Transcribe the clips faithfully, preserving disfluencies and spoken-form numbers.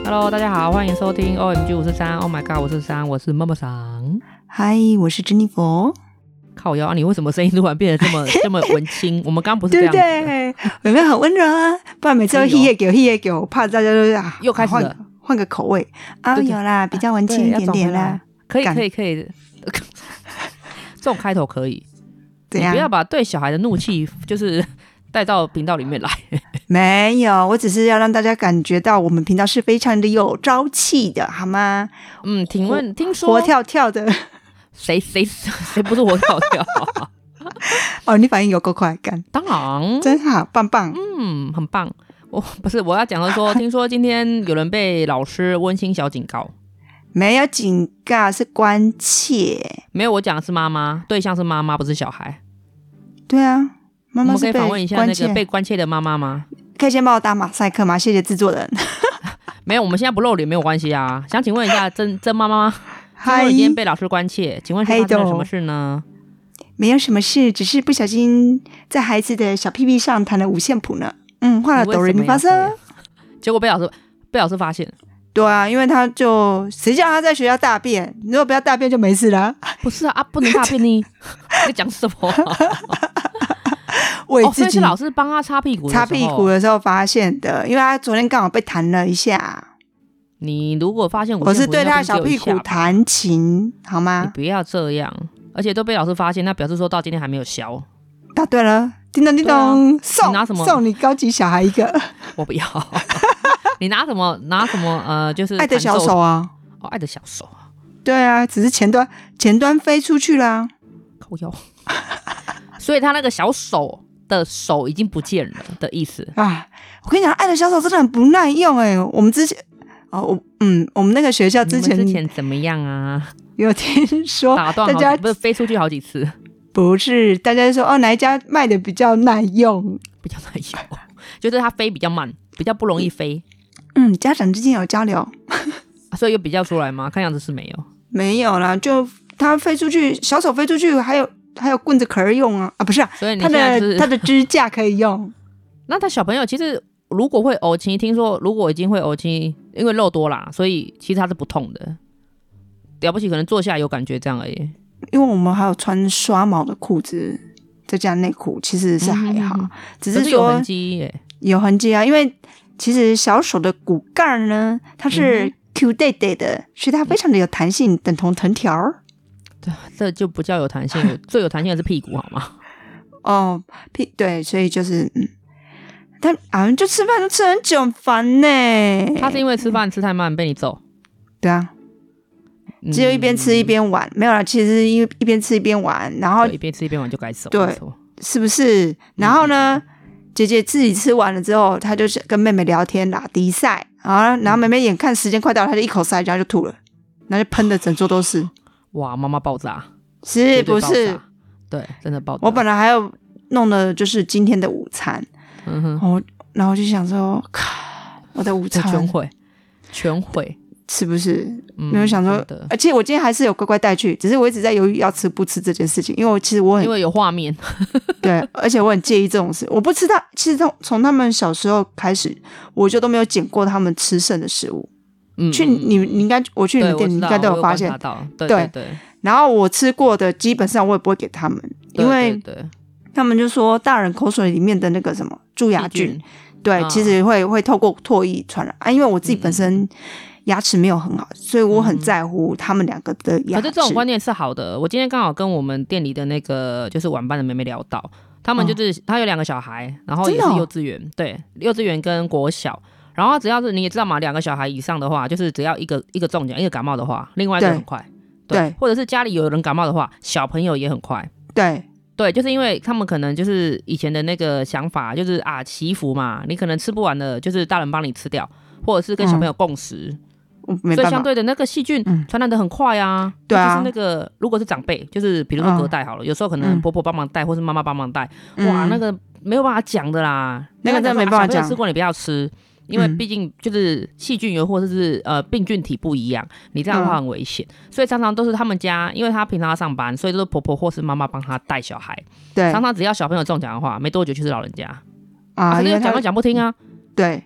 Hello， 大家好，欢迎收听 O M G 五四三 ，Oh my God， 我是三，我是妈妈桑。 嗨，我是珍妮佛。 靠腰啊！你为什么声音突然变得这么这么文青？我们刚刚不是这样子的， 对不对？有没有很温柔啊？不然每次都 he 也给 he 也给，我怕大家都啊又开始了， 换个口味啊， 对对有啦，比较文青一点点啦。 可以可以可以，这种开头可以。 怎样？ 你不要把对小孩的怒气就是带到频道里面来。 没有，我只是要让大家感觉到我们频道是非常的有朝气的，好吗？ 嗯，请问，听说活跳跳的， 谁谁谁不是活跳跳？ 哦，你反应有够快，干， 当然， 真好，棒棒， 嗯，很棒。我不是我要讲的说，听说今天有人被老师温馨小警告。 没有警告，是关切。 没有，我讲的是妈妈，对象是妈妈，不是小孩。 对啊，妈妈是被关切。 我们可以访问一下那个被关切的妈妈吗？ 可以先帮我打马赛克吗？谢谢制作人。 没有，我们现在不露脸没有关系啊。想请问一下，曾曾妈妈， 嗨， 今天被老师关切，请问是发生了什么事呢？ 没有什么事，只是不小心在孩子的小屁屁上弹了五线谱呢。嗯，画了哆来咪发嗦， 结果被老师被老师发现。 对啊，因为他就谁叫他在学校大便？如果不要大便就没事了。 不是啊，啊不能大便呢？在讲什么、啊？ 为自己、 哦、所以是老师帮他擦屁股的时候， 擦屁股的时候发现的，因为他昨天刚好被弹了一下。 你如果发现我是对他的小屁股弹琴，好吗？ 你不要这样，而且都被老师发现，那表示说到今天还没有消。 答对了，叮咚叮咚， 啊、 送你拿什么？ 送你高级小孩一个。 我不要。你拿什么？拿什么？呃，就是爱的小手啊！ 哦，爱的小手啊！ 对啊，只是前端前端飞出去啦。 靠腰。所以他那个小手的手已经不见了的意思啊！我跟你讲，爱的小手真的很不耐用哎、欸。我们之前哦，我嗯，我们那个学校之前之前怎么样啊？ 有听说打断大家不是飞出去好几次？ 不是，大家说哦，哪一家卖的比较耐用？ 比较耐用，就是它飞比较慢，比较不容易飞。 嗯，家长之间有交流， 所以有比较出来吗？看样子是没有， 没有啦，就它飞出去，小手飞出去，还有还有棍子壳用啊啊，不是啊， 所以你它的、就是、它的支架可以用。 那他小朋友其实如果会呕青，听说如果已经会呕青，因为肉多啦，所以其实它是不痛的，了不起可能坐下有感觉这样而已。 因为我们还有穿刷毛的裤子，再加内裤，其实是还好，嗯、只是说可是有痕迹耶， 有痕迹啊，因为。其实小手的骨盖呢，它是 Q 带带的、嗯，所以它非常的有弹性，等同藤条。 对，这就不叫有弹性，最有弹性的是屁股，好吗？ 哦，屁对，所以就是嗯，他好像就吃饭都吃很久，很烦呢。 他是因为吃饭吃太慢被你揍？ 对啊，只有一边吃一边玩，嗯、没有啦，其实一一边吃一边玩，然后一边吃一边玩就该走， 对，是不是？然后呢？嗯姐姐自己吃完了之后，她就是跟妹妹聊天啦，比赛啊，然后妹妹眼看时间快到了，她就一口塞，然后就吐了，然后就喷的整桌都是。 哇，妈妈爆炸， 是不是？ 对，真的爆炸。 我本来还要弄的就是今天的午餐，嗯哼，我然后就想说，我的午餐全毁，全毁。 是不是？没有想说，而且我今天还是有乖乖带去，只是我一直在犹豫要吃不吃这件事情，因为我其实我很因为有画面， 对，而且我很介意这种事。我不吃他，其实从从他们小时候开始，我就都没有捡过他们吃剩的食物。嗯，去你你应该我去你们店，你应该都有发现到，对对对。 然后我吃过的，基本上我也不会给他们，因为他们就说大人口水里面的那个什么蛀牙菌，对，嗯、其实会会透过唾液传染啊。因为我自己本身。嗯牙齿没有很好，所以我很在乎他们两个的牙齿。 可是这种观念是好的。我今天刚好跟我们店里的那个就是晚班的妹妹聊到，他们就是、哦、他有两个小孩，然后也是幼稚园、哦，对，幼稚园跟国小。然后只要是你也知道嘛，两个小孩以上的话，就是只要一个一个中奖，一个感冒的话，另外一个很快， 对, 对，或者是家里有人感冒的话，小朋友也很快， 对。 对，就是因为他们可能就是以前的那个想法，就是啊祈福嘛，你可能吃不完的，就是大人帮你吃掉，或者是跟小朋友共识。嗯所以相对的那个细菌传染的很快啊，对啊，就是那个如果是长辈，就是比如说隔代好了、嗯，有时候可能婆婆帮忙带，或是妈妈帮忙带、嗯，哇，那个没有办法讲的啦， 那个真的没办法讲。 小朋友吃过你不要吃，因为毕竟就是细菌油或者是呃病菌体不一样，你这样的话很危险、嗯，所以常常都是他们家，因为他平常要上班，所以都是婆婆或是妈妈帮他带小孩，对，常常只要小朋友中奖的话，没多久就是老人家啊，可是又讲都讲不听啊， 对。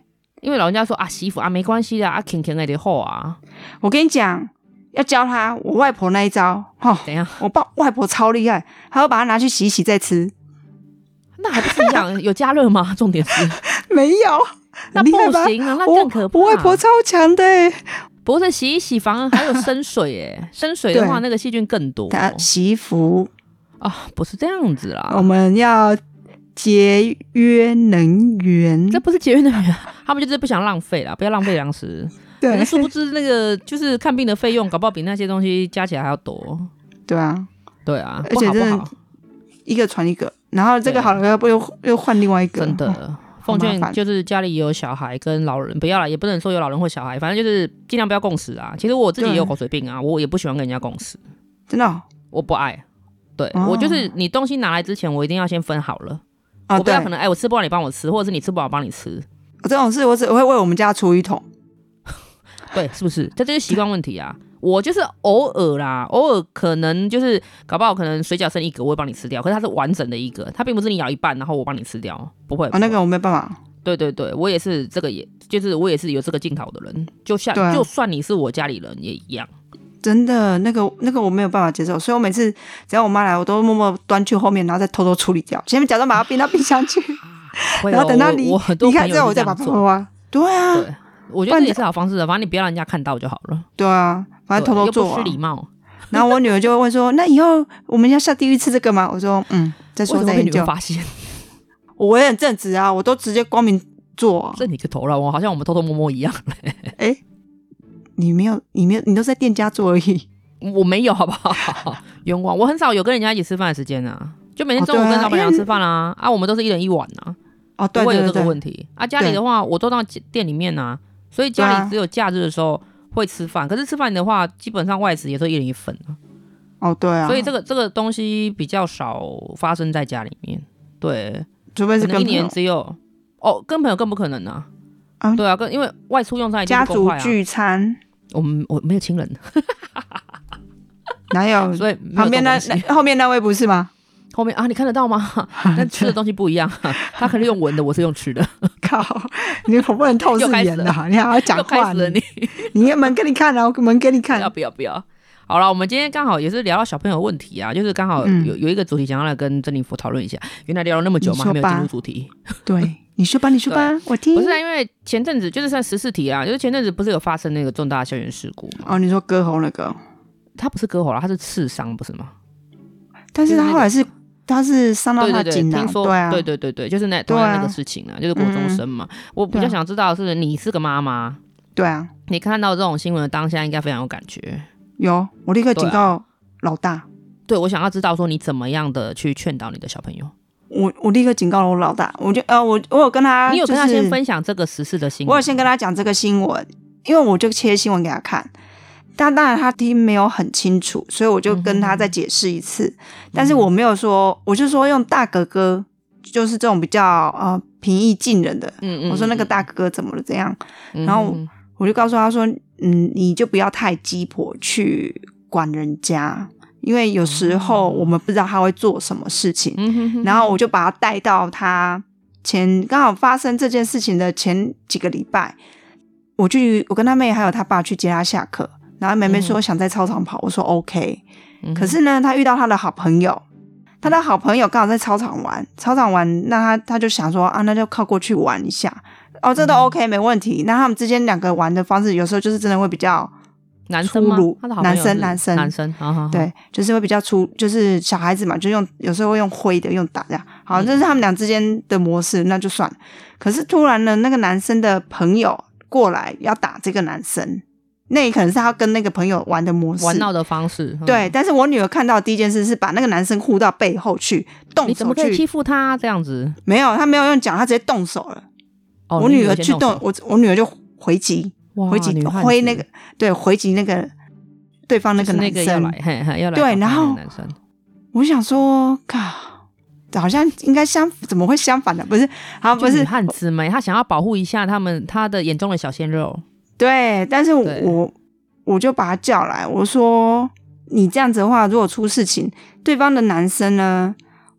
因为老人家说啊，媳妇啊没关系的啊，轻轻的就好啊。 我跟你讲，要教他我外婆那一招，哈， 怎样？ 我爸外婆超厉害，还要把它拿去洗洗再吃。 那还不是一样？有加热吗？重点是没有， 那不行啊，那更可怕。 我外婆超强的、欸， 不是洗一洗，反而还有生水哎、欸，生水的话那个细菌更多。 洗衣服啊，不是这样子啦， 我们要节约能源， 这不是节约能源，他们就是不想浪费啦，不要浪费粮食。对，可是殊不知那个就是看病的费用，搞不好比那些东西加起来还要多。 对啊， 对啊， 而且真的一个传一个，然后这个好了，要不又又换另外一个， 真的。哦，奉劝就是家里有小孩跟老人，不要啦，也不能说有老人或小孩，反正就是尽量不要共食啊。其实我自己也有口水病啊，我也不喜欢跟人家共食， 真的、哦，我不爱。对、哦、我就是你东西拿来之前，我一定要先分好了。哦、我不要可能哎，我吃不完你帮我吃，或者是你吃不完我帮你吃。 这种事我只会为我们家出一桶。 对，是不是？这就是习惯问题啊。我就是偶尔啦，偶尔可能就是搞不好可能水饺剩一个，我会帮你吃掉。可是它是完整的一个，它并不是你咬一半然后我帮你吃掉，不会。 哦，那个我没办法。 对对对，我也是这个也，就是我也是有这个镜头的人，就像、啊、就算你是我家里人也一样。 真的，那个那个我没有办法接受，所以我每次只要我妈来，我都默默端去后面，然后再偷偷处理掉。前面假装把它冰到冰箱去，然后等到离离开之后，我再把它放完。对啊。对， 我觉得这也是好方式的，反正你不要让人家看到就好了。 对啊，反正偷偷做、啊， 又不失礼貌。 然后我女儿就会问说：“那以后我们要下地狱吃这个吗？”我说：“嗯，再说再研究。” 发现我也很正直啊，我都直接光明做、啊。 这你个头了，我好像我们偷偷摸摸一样。 哎、欸，你没有，你没有，你都在店家做而已。 我没有，好不好？冤枉！我很少有跟人家一起吃饭的时间啊，就每天中午跟老板娘吃饭啊。啊，我们都是一人一碗啊。 哦，对对对， 不会有这个问题啊。家里的话，我都到店里面啊。所以家里只有假日的时候会吃饭、啊，可是吃饭的话，基本上外食也都一人一份啊。 哦，对啊。 所以这个这个东西比较少发生在家里面，对， 除非是跟朋友。 一年只有哦，跟朋友更不可能啊。啊对啊，跟因为外出用餐、啊、 家族聚餐， 我们我没有亲人， 哪有？ 所以旁边那那后面那位不是吗？ 后面啊，你看得到吗？但吃的东西不一样，他可能用闻的，我是用吃的。 靠，你可不能透视眼的，你还要讲话了你， 你门给你看啊，我门给你看。 不要不要不要。好了，我们今天刚好也是聊到小朋友问题啊，就是刚好有、嗯、有一个主题想要来跟珍妮佛讨论一下。原来聊了那么久嘛，还没有进入主题。 对，你说吧，你说吧，我听。 不是啊，因为前阵子就是算十四题啊，就是前阵子不是有发生那个重大校园事故吗？ 哦，你说割喉那个？ 他不是割喉啦，他是刺伤，不是吗？ 但是他后来是。他是伤到他的颈囊， 对啊，对对对对，就是那同样那个事情啊，就是国中生嘛。嗯、我比较想知道的是，你是个妈妈， 对啊， 你看到这种新闻的当下，应该非常有感觉。 有，我立刻警告老大。 对，我想要知道说你怎么样的去劝导你的小朋友。 我我立刻警告了我老大，我就呃我我有跟他、就是， 你有跟他先分享这个时事的新闻， 我有先跟他讲这个新闻，因为我就切新闻给他看。但当然他听没有很清楚，所以我就跟他再解释一次、嗯、但是我没有说，我就说用大哥哥，就是这种比较呃平易近人的、嗯嗯、我说那个大哥哥怎么了怎样、嗯、然后我就告诉他说嗯，你就不要太鸡婆去管人家，因为有时候我们不知道他会做什么事情、嗯、然后我就把他带到他前刚好发生这件事情的前几个礼拜，我去我跟他妹还有他爸去接他下课，然后妹妹说想在操场跑、嗯、我说 OK、嗯、可是呢他遇到他的好朋友，他的好朋友刚好在操场玩操场玩那他他就想说啊那就靠过去玩一下哦，这都 OK、嗯、没问题。那他们之间两个玩的方式有时候就是真的会比较男生吗？他的好朋友男生男生男生好好好对，就是会比较粗，就是小孩子嘛，就用有时候会用挥的用打这样，好，这是他们俩之间的模式，那就算了。可是突然呢那个男生的朋友过来要打这个男生，那也可能是他跟那个朋友玩的模式， 玩闹的方式、嗯、 对。但是我女儿看到的第一件事是把那个男生护到背后去动手去， 你怎么可以欺负他这样子？ 没有，他没有用讲，他直接动手了、哦、我女儿去动我我女儿就回击回击挥那个对回击那个对方那个男生、就是、那个要来嘿嘿要来对，然后男生我想说靠好像应该相怎么会相反的？不是好不是女汉子们他想要保护一下他们他的眼中的小鲜肉， 对。但是我我就把他叫来，我说你这样子的话如果出事情，对方的男生呢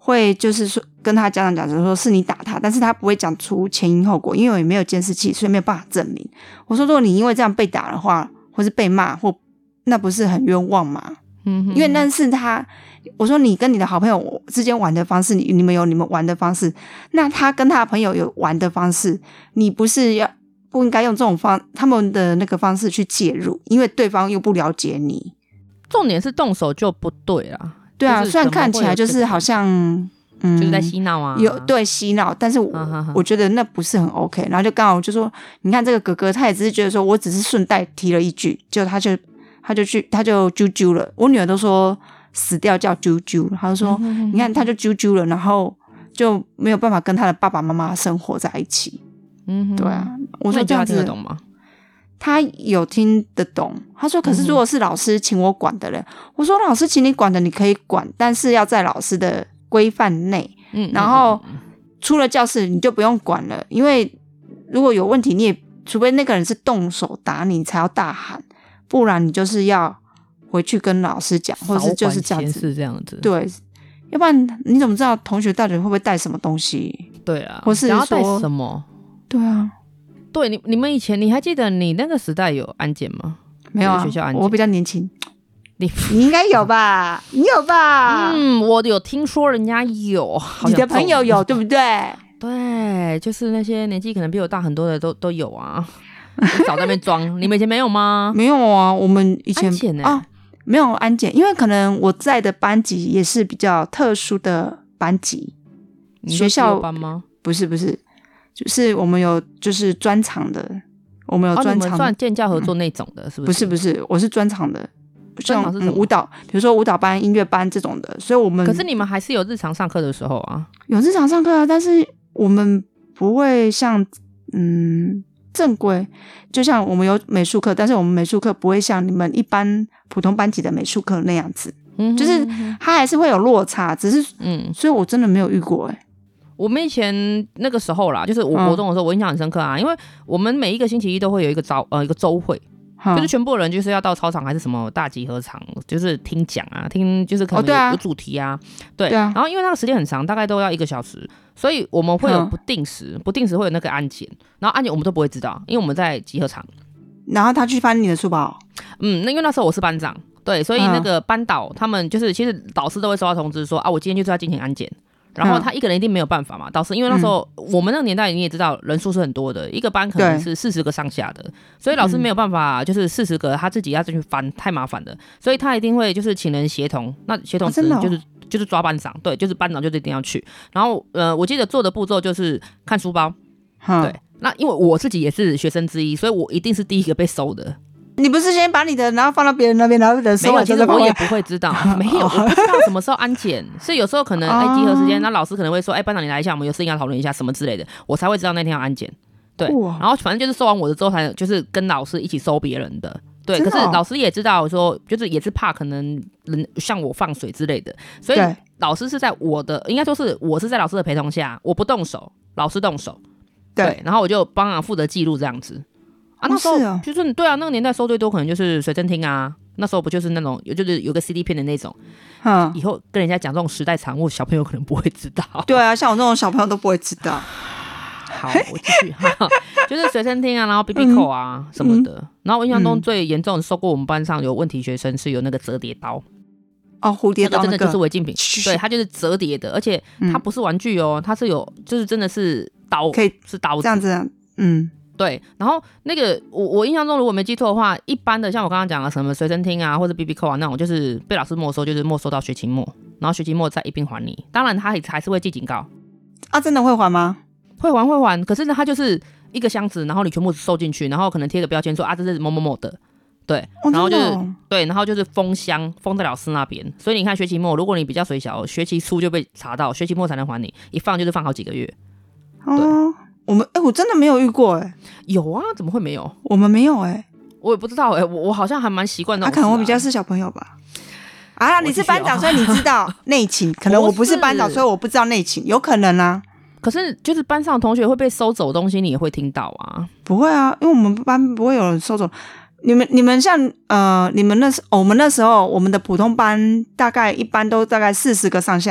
会就是说跟他家长讲说是你打他，但是他不会讲出前因后果，因为也没有监视器，所以没有办法证明。我说如果你因为这样被打的话，或是被骂，或那不是很冤枉吗？嗯，因为那是他，我说你跟你的好朋友之间玩的方式，你你们有你们玩的方式，那他跟他的朋友有玩的方式，你不是要不应该用这种方他们的那个方式去介入，因为对方又不了解你。 重点是动手就不对啦。 对啊，虽然看起来就是好像嗯就是在洗脑啊， 有对洗脑，但是我、啊、哈哈我觉得那不是很 OK。然后就刚好就说，你看这个哥哥，他也只是觉得说我只是顺带提了一句，结果他就他就去他就啾啾了。我女儿都说死掉叫啾啾，他就说、嗯、哼哼你看他就啾啾了，然后就没有办法跟他的爸爸妈妈生活在一起。嗯哼，对啊，我说这样子听得懂吗？ 他有听得懂，他说可是如果是老师请我管的人、嗯、我说老师请你管的你可以管，但是要在老师的规范内、嗯、然后出了教室你就不用管了，因为如果有问题你也除非那个人是动手打你才要大喊，不然你就是要回去跟老师讲，或者是就是这样子是这样子， 对，要不然你怎么知道同学到底会不会带什么东西？ 对啊， 或是说带什么？ 对啊， 对，你你们以前你还记得你那个时代有安检吗？ 没有啊， 学校安检， 我比较年轻。 你你应该有吧？你有吧？ 嗯，我有听说人家有， 你的朋友有对不对？ 对，就是那些年纪可能比我大很多的都都有啊。你少在那边装，你们以前没有吗？ 没有啊，我们以前安检、欸、 啊没有安检，因为可能我在的班级也是比较特殊的班级。学校班吗？ 不是不是，就是我们有就是专长的，我们有专长的， 哦、你们算建教合作那种的，是不是？ 不是不是，我是专长的。 专长是什么？ 嗯、舞蹈，比如说舞蹈班、音乐班这种的，所以我们可是你们还是有日常上课的时候啊， 有日常上课啊，但是我们不会像嗯正规，就像我们有美术课，但是我们美术课不会像你们一般普通班级的美术课那样子，嗯、就是它还是会有落差，只是嗯，所以我真的没有遇过哎、欸。 我们以前那个时候啦，就是我国中的时候，我印象很深刻啊，因为我们每一个星期一都会有一个早呃一个周会。就是全部人就是要到操场还是什么大集合场，就是听讲啊，听就是可能 有,、哦啊、有主题啊，对，对啊。然后因为那个时间很长，大概都要一个小时，所以我们会有不定时，嗯、不定时会有那个安检，然后安检我们都不会知道，因为我们在集合场。 然后他去翻你的书包， 嗯，那因为那时候我是班长，对，所以那个班导他们就是其实导师都会收到通知说啊，我今天就是要进行安检。然后他一个人一定没有办法嘛，导师因为那时候、嗯、我们那个年代你也知道人数是很多的，一个班可能是四十个上下的，所以老师没有办法就是四十个他自己要进去翻，太麻烦了，所以他一定会就是请人协同，那协同时就是、哦哦、就是抓班长，对，就是班长就一定要去。然后呃，我记得做的步骤就是看书包，对，那因为我自己也是学生之一，所以我一定是第一个被收的。 你不是先把你的然后放到别人那边，然后人收完其实我也不会知道，没有，我不知道什么时候安检，是有时候可能哎集合时间，那老师可能会说哎班长你来一下，我们有事情要讨论一下什么之类的，我才会知道那天要安检。对，然后反正就是收完我的之后才就是跟老师一起收别人的。对，可是老师也知道说，就是也是怕可能人像我放水之类的，所以老师是在我的应该说是我是在老师的陪同下，我不动手，老师动手。对，对然后我就帮忙负责记录这样子。啊，那时候、哦、就是对啊，那个年代收最多可能就是随身听啊，那时候不就是那种有就是有个 C D 片的那种，嗯，以后跟人家讲这种时代产物，小朋友可能不会知道。 对啊，像我这种小朋友都不会知道。 好，我继续哈，就是随身听啊，然后 B B 扣啊、嗯、什么的。然后我印象中最严重的收过我们班上有问题学生是有那个折叠刀。 哦，蝴蝶刀、那個、 真的就是违禁品，对，它就是折叠的，而且它不是玩具哦，它是有就是真的是刀， 可以是刀子这样子，嗯。对， 然后那个我我印象中如果没记错的话，一般的像我刚刚讲的什么随身听啊或者 B B 扣啊那种，就是被老师没收，就是没收到学期末，然后学期末再一并还你。当然他还是会记警告啊，真的会还吗？ 会还会还，可是呢，它就是一个箱子，然后你全部收进去，然后可能贴个标签说啊这是某某某的，对， 哦、 然后就是、 哦、 对，然后就是封箱封在老师那边。所以你看学期末，如果你比较水小，学期初就被查到，学期末才能还你，一放就是放好几个月。对。 哦我们哎、欸，我真的没有遇过哎、欸， 有啊，怎么会没有？ 我们没有哎、欸， 我也不知道哎、欸，我我好像还蛮习惯的。 他、啊、可能我比较是小朋友吧。啊，你是班长，所以你知道内情。可能我不是班长，所以我不知道内情，有可能啊。 可是就是班上的同学会被收走的东西，你也会听到啊？ 不会啊，因为我们班不会有人收走。你们你们像呃，你们那时、哦、我们那时候我们的普通班大概一般都大概四十个上下。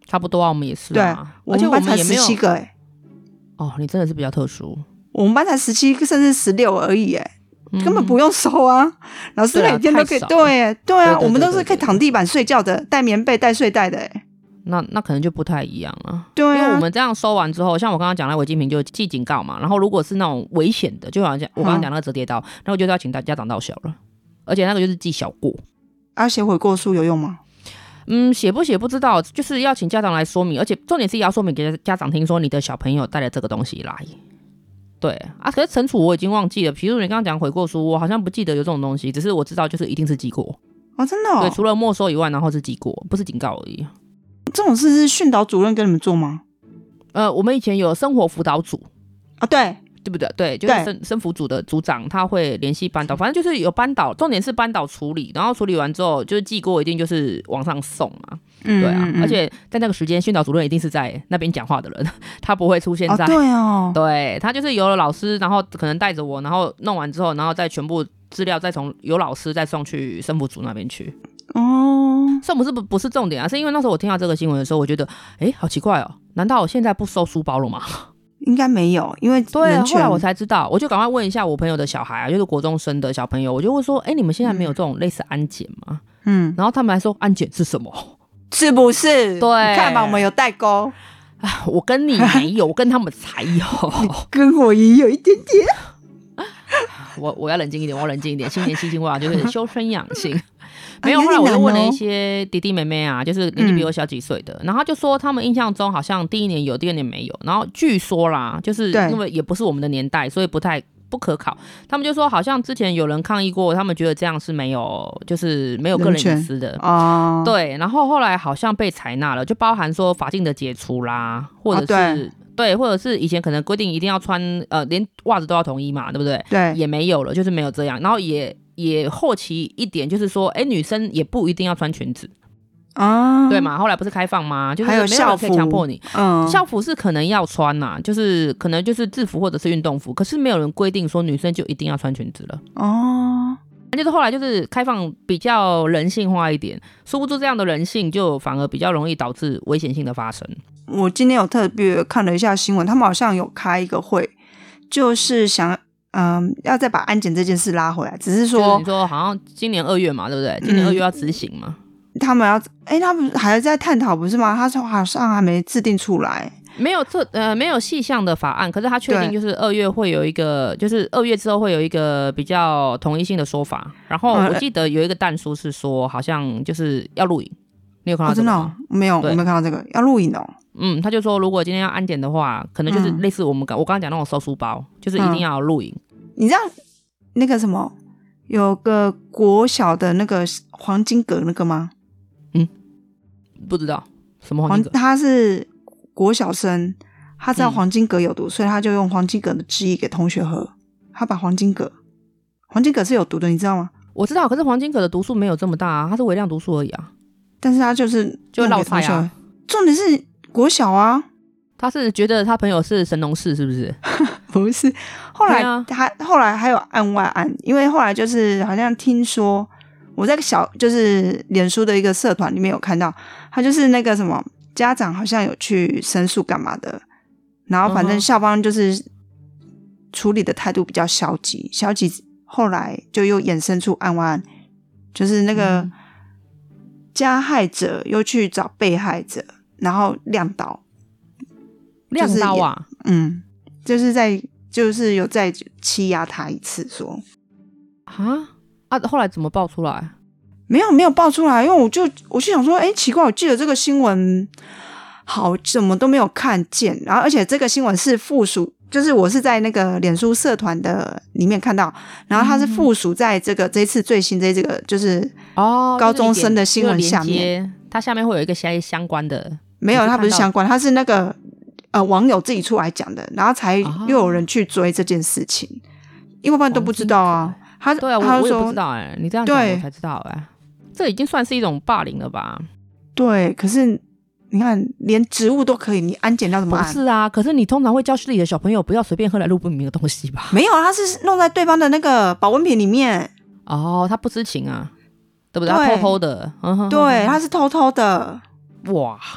差不多啊，我们也是啊。对，而且我们班才十七个哎、欸。 哦，你真的是比较特殊。 我们班才十七个，甚至十六而已哎、欸。根本不用收啊，老师每天都可以。对对啊，我们都是可以躺地板睡觉的，带棉被带睡袋的、欸、 那那可能就不太一样了。 对啊， 因为我们这样收完之后，像我刚刚讲的违禁品就记警告嘛，然后如果是那种危险的，就好像我刚刚讲那个折叠刀，嗯、那我就要请大家长到小了，而且那个就是记小过。 啊，写悔过书有用吗？ 嗯，写不写不知道，就是要请家长来说明，而且重点是也要说明给家长听，说你的小朋友带了这个东西来。对啊，可是惩处我已经忘记了。比如你刚刚讲悔过书，我好像不记得有这种东西，只是我知道就是一定是记过。 哦，真的哦？ 对，除了没收以外，然后是记过，不是警告而已。 这种事是训导主任跟你们做吗？ 呃，我们以前有生活辅导组啊，对对不对？对，就是生生辅组的组长他会联系班导，反正就是有班导，重点是班导处理，然后处理完之后就是记过，一定就是往上送嘛。嗯，对啊，而且在那个时间，训导主任一定是在那边讲话的人，他不会出现在。 哦、对哦， 对，他就是有了老师，然后可能带着我，然后弄完之后，然后再全部资料再从有老师再送去生辅组那边去。哦，这不是不不是重点啊，是因为那时候我听到这个新闻的时候，我觉得，哎，好奇怪哦，难道我现在不收书包了吗？ 应该没有，因为对，后来我才知道，我就赶快问一下我朋友的小孩啊，就是国中生的小朋友，我就问说，哎，你们现在没有这种类似安检吗？嗯，然后他们还说安检是什么？ 是不是？ 对， 你看嘛，我们有代沟。 我跟你没有，我跟他们才有。 跟我也有一点点。 我我要冷静一点，我要冷静一点。新年新希望就是修身养性。没有，后来我就问了一些弟弟妹妹啊，就是年纪比我小几岁的，嗯、然后他就说他们印象中好像第一年有，第二年没有。然后据说啦，就是因为也不是我们的年代，所以不太。不可考，他们就说好像之前有人抗议过，他们觉得这样是没有，就是没有个人隐私的啊。对，然后后来好像被采纳了，就包含说法禁的解除啦，或者是、啊、对, 对，或者是以前可能规定一定要穿呃，连袜子都要统一嘛，对不对？ 对， 也没有了，就是没有这样。然后也也后期一点就是说，哎，女生也不一定要穿裙子。啊，对嘛，后来不是开放吗？就是没有人可以强迫你。嗯，校服是可能要穿呐、啊，就是可能就是制服或者是运动服，可是没有人规定说女生就一定要穿裙子了。哦，就是后来就是开放比较人性化一点，殊不知这样的人性就反而比较容易导致危险性的发生。 我今天有特别看了一下新闻，他们好像有开一个会，就是想嗯要再把安检这件事拉回来，只是说、就是、 你说好像今年二月嘛，对不对？今年二月要执行嘛。嗯， 他们要，哎，他们还在探讨不是吗？他说好像还没制定出来， 没有这呃没有细项的法案，可是他确定就是二月会有一个，就是二月之后会有一个比较统一性的说法。然后我记得有一个但书是说，好像就是要录影，你有看到这个吗？ 哦、真的、哦、没有，我没看到这个要录影哦。 嗯，他就说如果今天要安检的话，可能就是类似我们刚、嗯、我刚刚讲那种收书包，就是一定要录影、 嗯。你知道那个什么有个国小的那个黄金葛那个吗？ 嗯，不知道什么黄金葛， 他是国小生，他知道黄金葛有毒、嗯，所以他就用黄金葛的汁液给同学喝。他把黄金葛，黄金葛是有毒的，你知道吗？ 我知道，可是黄金葛的毒素没有这么大啊，它是微量毒素而已啊。 但是他就是就落菜啊。 重点是国小啊， 他是觉得他朋友是神农氏，是不是？ 不是，后来、啊、他后来还有案外案，因为后来就是好像听说。我在小就是脸书的一个社团里面有看到，他就是那个什么家长好像有去申诉干嘛的，然后反正校方就是处理的态度比较消极，消极后来就又衍生出案外案，就是那个加害者又去找被害者，然后亮刀， 亮刀啊， 嗯，就是在就是有再欺压他一次说啊。啊，后来怎么爆出来？ 没有没有爆出来，因为我就我就想说，哎，奇怪，我记得这个新闻好怎么都没有看见，然后而且这个新闻是附属，就是我是在那个脸书社团的里面看到，然后它是附属在这个、嗯、这一次最新这这个就是哦高中生的新闻下面， 哦、它下面会有一个相相关的， 没有，它不是相关，它是那个呃网友自己出来讲的，然后才又有人去追这件事情，哦、因为不然都不知道啊。他对啊，我我也不知道哎、欸，你这样讲我才知道哎、欸，这已经算是一种霸凌了吧？ 对，可是你看，连植物都可以，你安检要怎么按？ 不是啊，可是你通常会教自己的小朋友不要随便喝来路不明的东西吧？ 没有，他是弄在对方的那个保温瓶里面。 哦，他不知情啊，对不对？他偷偷的， 嗯、对，他是偷偷的。 哇，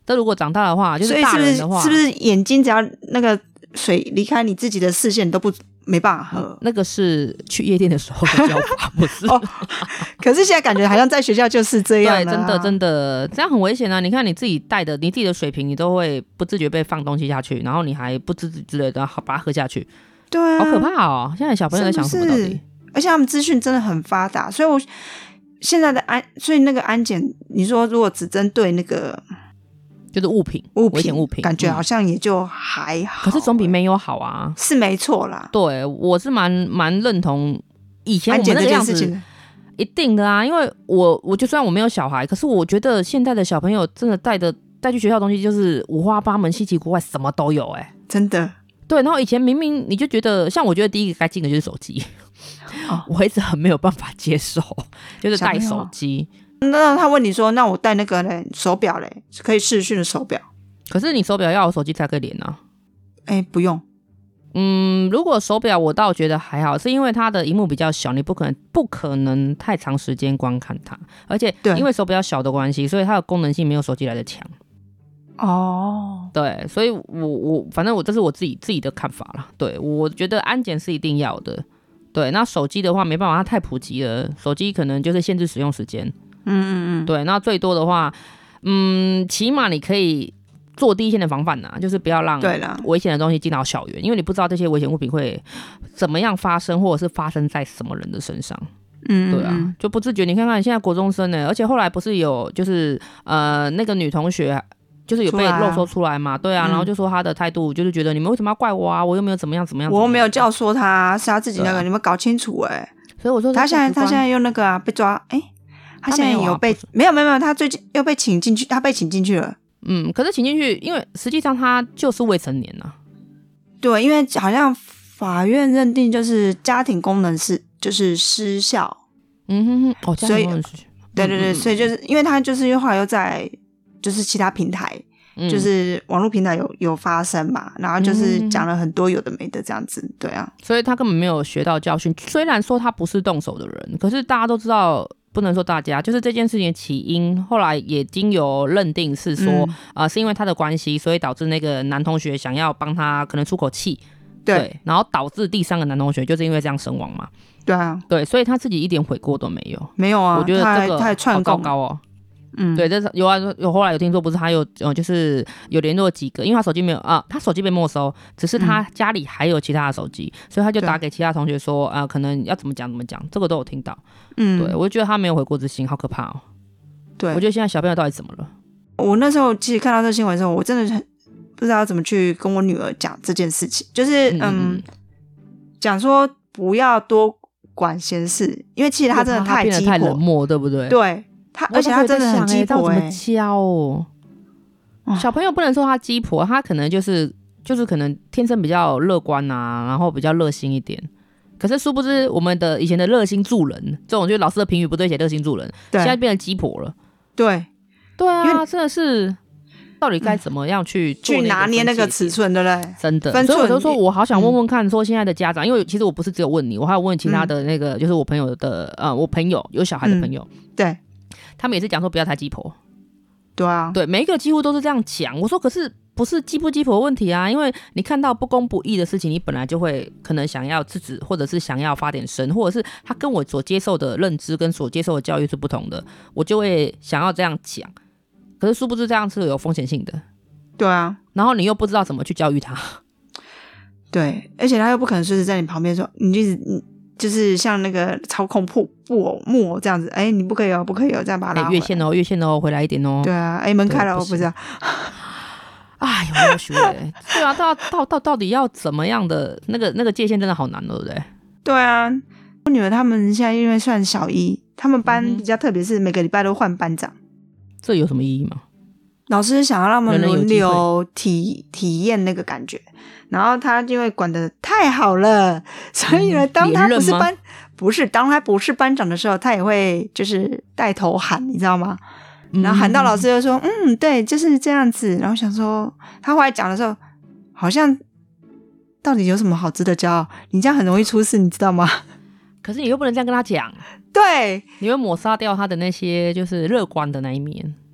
这如果长大的话，就是大人的话， 是不是是不是眼睛只要那个水离开你自己的视线，你都不没办法喝？嗯、 那个是去夜店的时候的教法，不是？哦， 可是现在感觉好像在学校就是这样、啊。 对，真的真的，这样很危险啊！你看你自己带的，你自己的水瓶，你都会不自觉被放东西下去，然后你还不自知之类的把它喝下去。 对啊， 好可怕哦！现在小朋友在想什么到底？ 而且他们资讯真的很发达，所以我现在的安，所以那个安检，你说如果只针对那个。 就是物品， 物危险物品， 感觉好像也就还好、 嗯，可是总比没有好啊， 是没错啦。 对，我是蛮蛮认同以前我们那个样子，一定的啊。因为我我就算我没有小孩，可是我觉得现在的小朋友真的带的带去学校的东西就是五花八门、稀奇古怪，什么都有哎、欸， 真的。 对，然后以前明明你就觉得，像我觉得第一个该进的就是手机，哦、我一直很没有办法接受，就是带手机。 那他问你说，那我带那个嘞手表嘞，可以视讯的手表， 可是你手表要有手机才可以连啊。 哎、欸，不用。 嗯，如果手表我倒觉得还好，是因为它的萤幕比较小，你不可能不可能太长时间观看它，而且因为手表小的关系，所以它的功能性没有手机来的强。 哦， 对，所以我我反正我这是我自己自己的看法啦。对，我觉得安检是一定要的。对，那手机的话没办法，它太普及了，手机可能就是限制使用时间。嗯嗯嗯，对，那最多的话，嗯，起码你可以做第一线的防范呐，就是不要让危险的东西进到校园，因为你不知道这些危险物品会怎么样发生，或者是发生在什么人的身上。嗯，对啊，就不自觉。你看看现在国中生呢，而且后来不是有就是呃那个女同学。就是有被漏说出来嘛，对啊、嗯，然后就说他的态度就是觉得你们为什么要怪我啊？我又没有怎么样怎么样， 我又没有教唆他，是他自己那个，啊、你们搞清楚哎、欸。 所以我说他现在他现在又那个啊被抓，哎、欸，他现在有被没有没有没有，他最近又被请进去，他被请进去了。 嗯，可是请进去，因为实际上他就是未成年啊。 对，因为好像法院认定就是家庭功能是就是失效。嗯哼哼，哦，所以对对对，所以就是因为他就是后来又在。就是其他平台，嗯、就是网络平台有有发生嘛，然后就是讲了很多有的没的这样子，对啊， 所以他根本没有学到教训。虽然说他不是动手的人，可是大家都知道，不能说大家，就是这件事情的起因，后来也经有认定是说，啊、嗯呃，是因为他的关系，所以导致那个男同学想要帮他可能出口气，对，对，然后导致第三个男同学就是因为这样身亡嘛， 对啊， 对，所以他自己一点悔过都没有， 没有啊， 我觉得这个他还串高高哦。嗯，对，这是有啊，有后来有听说，不是他有，呃，就是有联络几个，因为他手机没有啊，他手机被没收，只是他家里还有其他的手机，嗯、所以他就打给其他同学说，啊、呃，可能要怎么讲怎么讲，这个都有听到。嗯，对，我就觉得他没有悔过之心，好可怕哦。对，我觉得现在小朋友到底怎么了？ 我那时候其实看到这新闻的时候，我真的不知道怎么去跟我女儿讲这件事情，就是嗯，讲、嗯、说不要多管闲事，因为其实他真的太鸡婆， 太冷漠，对不对？ 对。他而且他真的很鸡婆哎、欸，怎么教哦？小朋友不能说他鸡婆，他可能就是就是可能天生比较乐观啊，然后比较热心一点。可是殊不知我们的以前的热心助人，这种就是老师的评语不对写热心助人，现在变成鸡婆了。 对对啊，真的是到底该怎么样去做、 嗯、去拿捏那个尺寸，对不对？ 真的，所以我就说我好想问问看，说现在的家长，嗯、因为其实我不是只有问你，我还有问其他的那个，嗯、就是我朋友的呃，我朋友有小孩的朋友， 嗯、对。 他们也是讲说不要太鸡婆， 对啊， 对，每一个几乎都是这样讲。我说可是不是鸡不鸡婆的问题啊，因为你看到不公不义的事情，你本来就会可能想要制止，或者是想要发点声，或者是他跟我所接受的认知跟所接受的教育是不同的，我就会想要这样讲。可是殊不知这样是有风险性的， 对啊， 然后你又不知道怎么去教育他， 对，而且他又不可能随时在你旁边说，你一直你。就是像那个操控布布偶木偶这样子，哎、欸，你不可以哦，不可以哦，这样把它拉回来。 越线哦，越线哦，回来一点哦。 对啊，哎、欸，门开了，我不知道。 哎，有没有学？对啊，到到到到底要怎么样的那个那个界限真的好难，对不对？ 对啊，我女儿他们现在因为算小一，他们班比较特别，是每个礼拜都换班长、嗯。 这有什么意义吗？ 老师想要让他们轮流体体验那个感觉。然后他因为管得太好了，所以呢，当他不是班不是当他不是班长的时候，他也会就是带头喊，你知道吗？然后喊到老师就说：“嗯, 嗯，对，就是这样子。”然后想说，他后来讲的时候，好像到底有什么好值得骄傲？你这样很容易出事，你知道吗？ 可是你又不能这样跟他讲， 对， 你会抹杀掉他的那些就是乐观的那一面。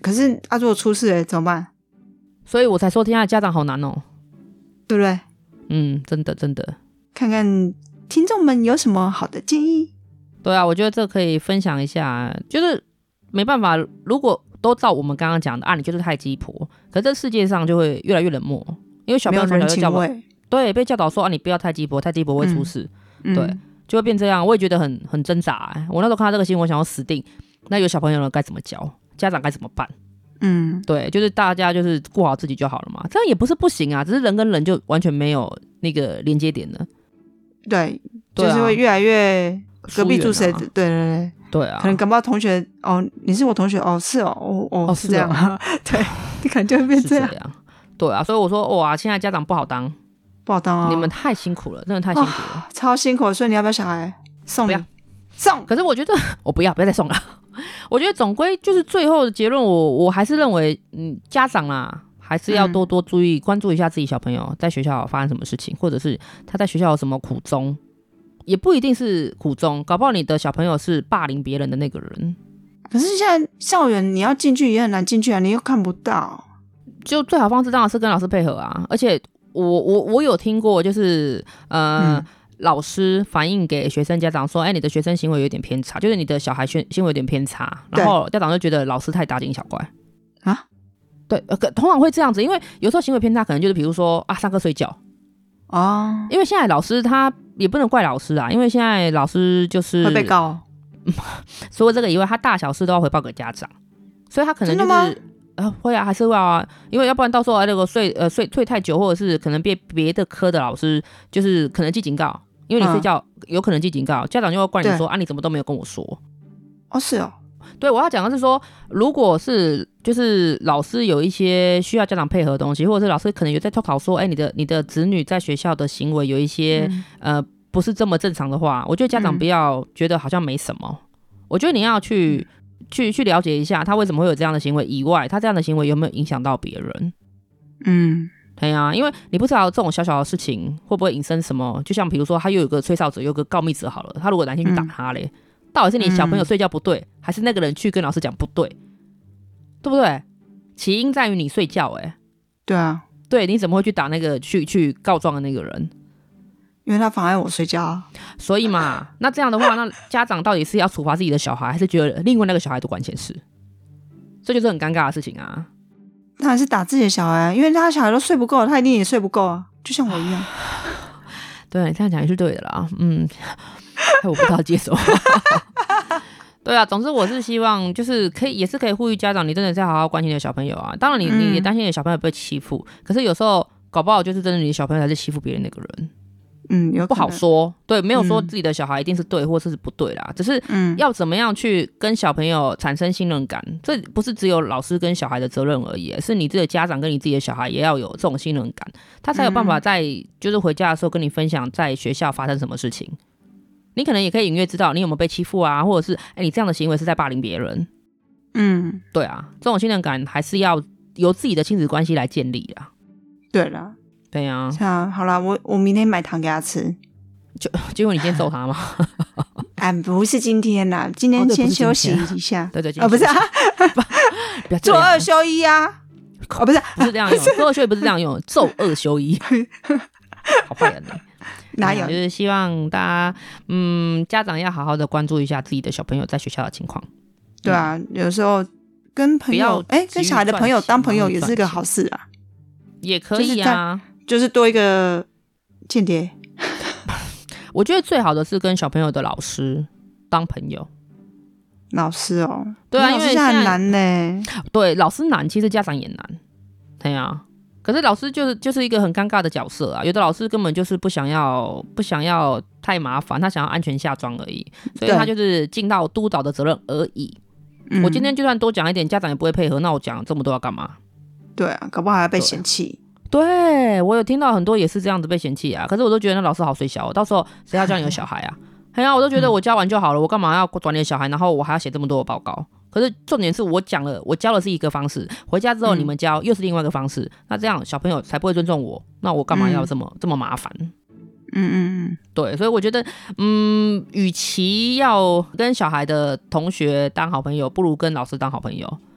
可是啊，如果出事了怎么办？ 所以我才说天下的家长好难哦， 对不对？ 嗯，真的真的。 看看听众们有什么好的建议。 对啊，我觉得这可以分享一下，就是没办法，如果都照我们刚刚讲的啊，你就是太鸡婆，可是这世界上就会越来越冷漠，因为小朋友从小就教导，对，被教导说啊，你不要太鸡婆，太鸡婆会出事，嗯、对，就会变这样。我也觉得很很挣扎、欸。我那时候看到这个新闻，我想要死定，那有小朋友了该怎么教？家长该怎么办？嗯，对，就是大家就是过好自己就好了嘛，这样也不是不行啊，只是人跟人就完全没有那个连接点了。 对，对啊、就是会越来越隔壁住谁、啊？对对对， 对啊， 可能搞不好同学哦，你是我同学哦，是哦，哦哦，是这样啊，对，你可能就会变这样。这样对啊，所以我说哇，现在家长不好当， 不好当啊， 你们太辛苦了，真的太辛苦了，哦、 超辛苦。所以你要不要小孩？送，不要送。 可是我觉得我不要，不要再送了。我觉得总归就是最后的结论，我我还是认为，嗯，家长啦，还是要多多注意、嗯、关注一下自己小朋友在学校发生什么事情，或者是他在学校有什么苦衷，也不一定是苦衷，搞不好你的小朋友是霸凌别人的那个人。 可是现在校园你要进去也很难进去啊，你又看不到。 就最好方式当然是跟老师配合啊，而且我我我有听过，就是呃。嗯老师反映给学生家长说：“哎、欸，你的学生行为有点偏差，就是你的小孩行为有点偏差。”然后家长就觉得老师太大惊小怪啊。对，呃，通常会这样子，因为有时候行为偏差可能就是比如说啊，上课睡觉哦。因为现在老师他也不能怪老师啊，因为现在老师就是会被告。 除了这个以外，他大小事都要回报给家长，所以他可能就是呃会啊，还是会啊，因为要不然到时候那个睡呃睡睡太久，或者是可能被别的科的老师就是可能记警告。因为你睡觉、嗯、有可能记警告，家长就会怪你说啊，你怎么都没有跟我说？ 哦，是哦。 对，我要讲的是说，如果是就是老师有一些需要家长配合的东西，或者是老师可能有在探讨说，哎、欸，你的你的子女在学校的行为有一些、嗯、呃不是这么正常的话，我觉得家长不要觉得好像没什么，嗯、我觉得你要去、嗯、去去了解一下他为什么会有这样的行为，以外，他这样的行为有没有影响到别人？嗯。对啊，因为你不知道这种小小的事情会不会引申什么，就像比如说他又有个吹哨者，有个告密者好了，他如果哪天去打他嘞、嗯，到底是你小朋友睡觉不对、嗯，还是那个人去跟老师讲不对，对不对？起因在于你睡觉、欸，哎， 对啊， 对，你怎么会去打那个去去告状的那个人？ 因为他妨碍我睡觉啊。 所以嘛，那这样的话，那家长到底是要处罚自己的小孩，还是觉得另外那个小孩多管闲事？这就是很尴尬的事情啊。 当然是打自己的小孩，因为他小孩都睡不够，他一定也睡不够啊，就像我一样。 对，这样讲也是对的啦。嗯，我不知道接受。对啊，总之我是希望，就是可以，也是可以呼吁家长，你真的是要好好关心你的小朋友啊。当然你，你、嗯、你也担心你的小朋友被欺负，可是有时候搞不好就是真的你的小朋友才是欺负别人那个人。 嗯，有不好说，对，没有说自己的小孩一定是对或是不对啦，嗯、只是要怎么样去跟小朋友产生信任感，这不是只有老师跟小孩的责任而已，是你自己的家长跟你自己的小孩也要有这种信任感，他才有办法在就是回家的时候跟你分享在学校发生什么事情。你可能也可以隐约知道你有没有被欺负啊，或者是哎、欸、你这样的行为是在霸凌别人。嗯，对啊，这种信任感还是要由自己的亲子关系来建立啦。 对啦。 对呀、 啊，好啦，我我明天买糖给他吃。 就结果你今天揍他吗？ 啊，不是今天啦，今天先休息一下。 对对， 哦，不是啊，做二休一啊。哦，不是， 不是这样用，做二休一不是这样用，揍二休一。好坏人呢？ 哪有？ 就是希望大家，嗯，家长要好好的关注一下自己的小朋友在学校的情况。 对啊，嗯、有时候跟朋友，哎、欸，跟小孩的朋友当朋友也是个好事啊。 也可以啊。 就是多一个间谍。 我觉得最好的是跟小朋友的老师当朋友。 老师哦， 对啊，因为现在很难呢。 对，老师难，其实家长也难。对啊，可是老师就是就是一个很尴尬的角色啊。有的老师根本就是不想要不想要太麻烦，他想要安全下庄而已，所以他就是尽到督导的责任而已。我今天就算多讲一点，家长也不会配合，那我讲这么多要干嘛？ 对啊，搞不好还要被嫌弃。 对，我有听到很多也是这样子被嫌弃啊，可是我都觉得那老师好衰小，到时候谁要教你的小孩啊？哎呀，我都觉得我教完就好了，我干嘛要管你的小孩，然后我还要写这么多的报告？可是重点是我讲了，我教的是一个方式，回家之后你们教又是另外一个方式，那这样小朋友才不会尊重我，那我干嘛要这么、嗯、这么麻烦？嗯嗯嗯，对，所以我觉得，嗯，与其要跟小孩的同学当好朋友，不如跟老师当好朋友。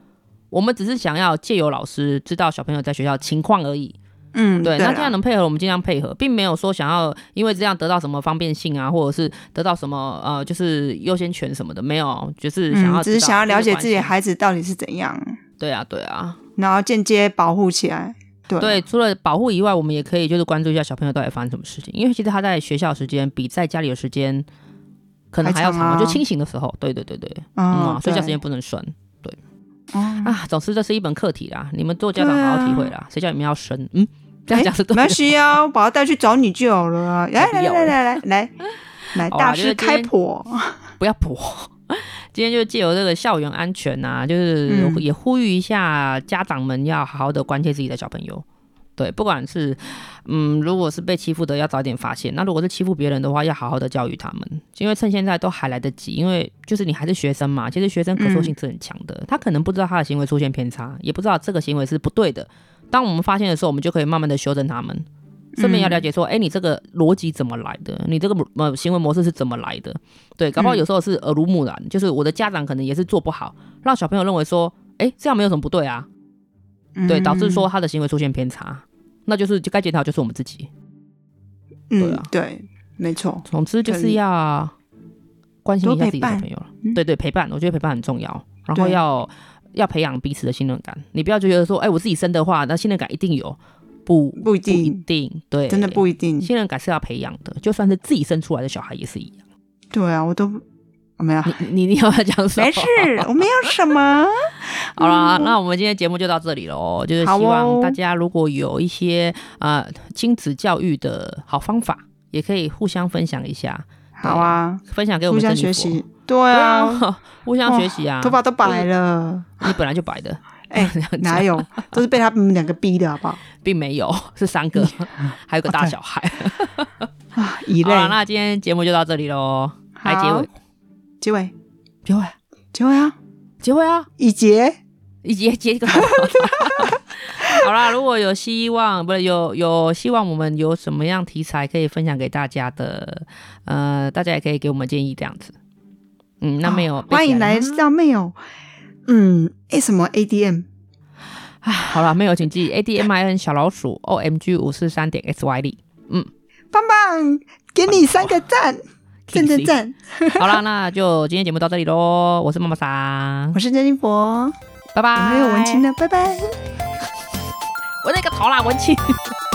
我们只是想要借由老师知道小朋友在学校情况而已。 嗯， 对，那这样能配合我们尽量配合，并没有说想要因为这样得到什么方便性啊，或者是得到什么呃，就是优先权什么的，没有，就是想要、 嗯、只是想要了解自己的孩子到底是怎样。 对啊，对啊， 然后间接保护起来。对， 对，除了保护以外，我们也可以就是关注一下小朋友到底发生什么事情，因为其实他在学校的时间比在家里的时间可能还要长，还长啊、就清醒的时候。对对对对，哦、嗯，睡觉时间不能算。对，哦、啊，总之这是一本课题啦，你们做家长好好体会啦，谁、啊、叫你们要生？嗯。这样讲是对的， 没关系啊，我把他带去找你就好了啊！来来来来来来来，大师开剖， 不要剖。今天就借由这个校园安全啊，就是也呼吁一下家长们要好好的关切自己的小朋友。对，不管是嗯，如果是被欺负的，要早点发现；那如果是欺负别人的话，要好好的教育他们，因为趁现在都还来得及。因为就是你还是学生嘛，其实学生可塑性是很强的，嗯、他可能不知道他的行为出现偏差，也不知道这个行为是不对的。当我们发现的时候，我们就可以慢慢的修正他们，顺便要了解说，哎、欸，你这个逻辑怎么来的？你这个呃行为模式是怎么来的？对，搞不好有时候是耳濡目染，嗯、就是我的家长可能也是做不好，让小朋友认为说，哎、欸，这样没有什么不对啊，对，导致说他的行为出现偏差，那就是就该检讨就是我们自己。对啊， 嗯、对，没错。 总之就是要关心一下自己的小朋友了，嗯、对对，陪伴，我觉得陪伴很重要，然后要。要培养彼此的信任感，你不要觉得说，哎、欸，我自己生的话，那信任感一定有，不不一定， 不一定，对， 真的不一定。 信任感是要培养的，就算是自己生出来的小孩也是一样。 对啊，我都我没有， 你你要不要讲什么？ 没事，我没有什么。 好啦、嗯，那我们今天节目就到这里了，就是希望大家如果有一些呃亲子教育的好方法，也可以互相分享一下。 好啊， 分享给我们互相学习。对啊， 互相学习啊， 头发都白了， 你本来就白的， 哎、欸，哪有？都是被他们两个逼的，好不好？ 并没有，是三个，还有个大小孩。 啊，一类。 好，那今天节目就到这里喽。来结尾， 结尾， 结尾， 结尾啊， 结尾啊， 一结， 一结结一个。好啦，如果有希望，不是有有希望，我们有什么样题材可以分享给大家的，呃，大家也可以给我们建议，这样子。嗯，那没有， 哦、欢迎来上没有，嗯，哎，什么 A D M？ 啊，好了，没有，请记 A D M I N 小老鼠 O M G 五四三点 S Y D。嗯， 棒棒，给你三个赞，赞赞赞。 好了，那就今天节目到这里喽。我是妈妈桑， 我是珍妮佛， 拜拜。 有没有文青呢？拜拜。 我那个头啦，文青。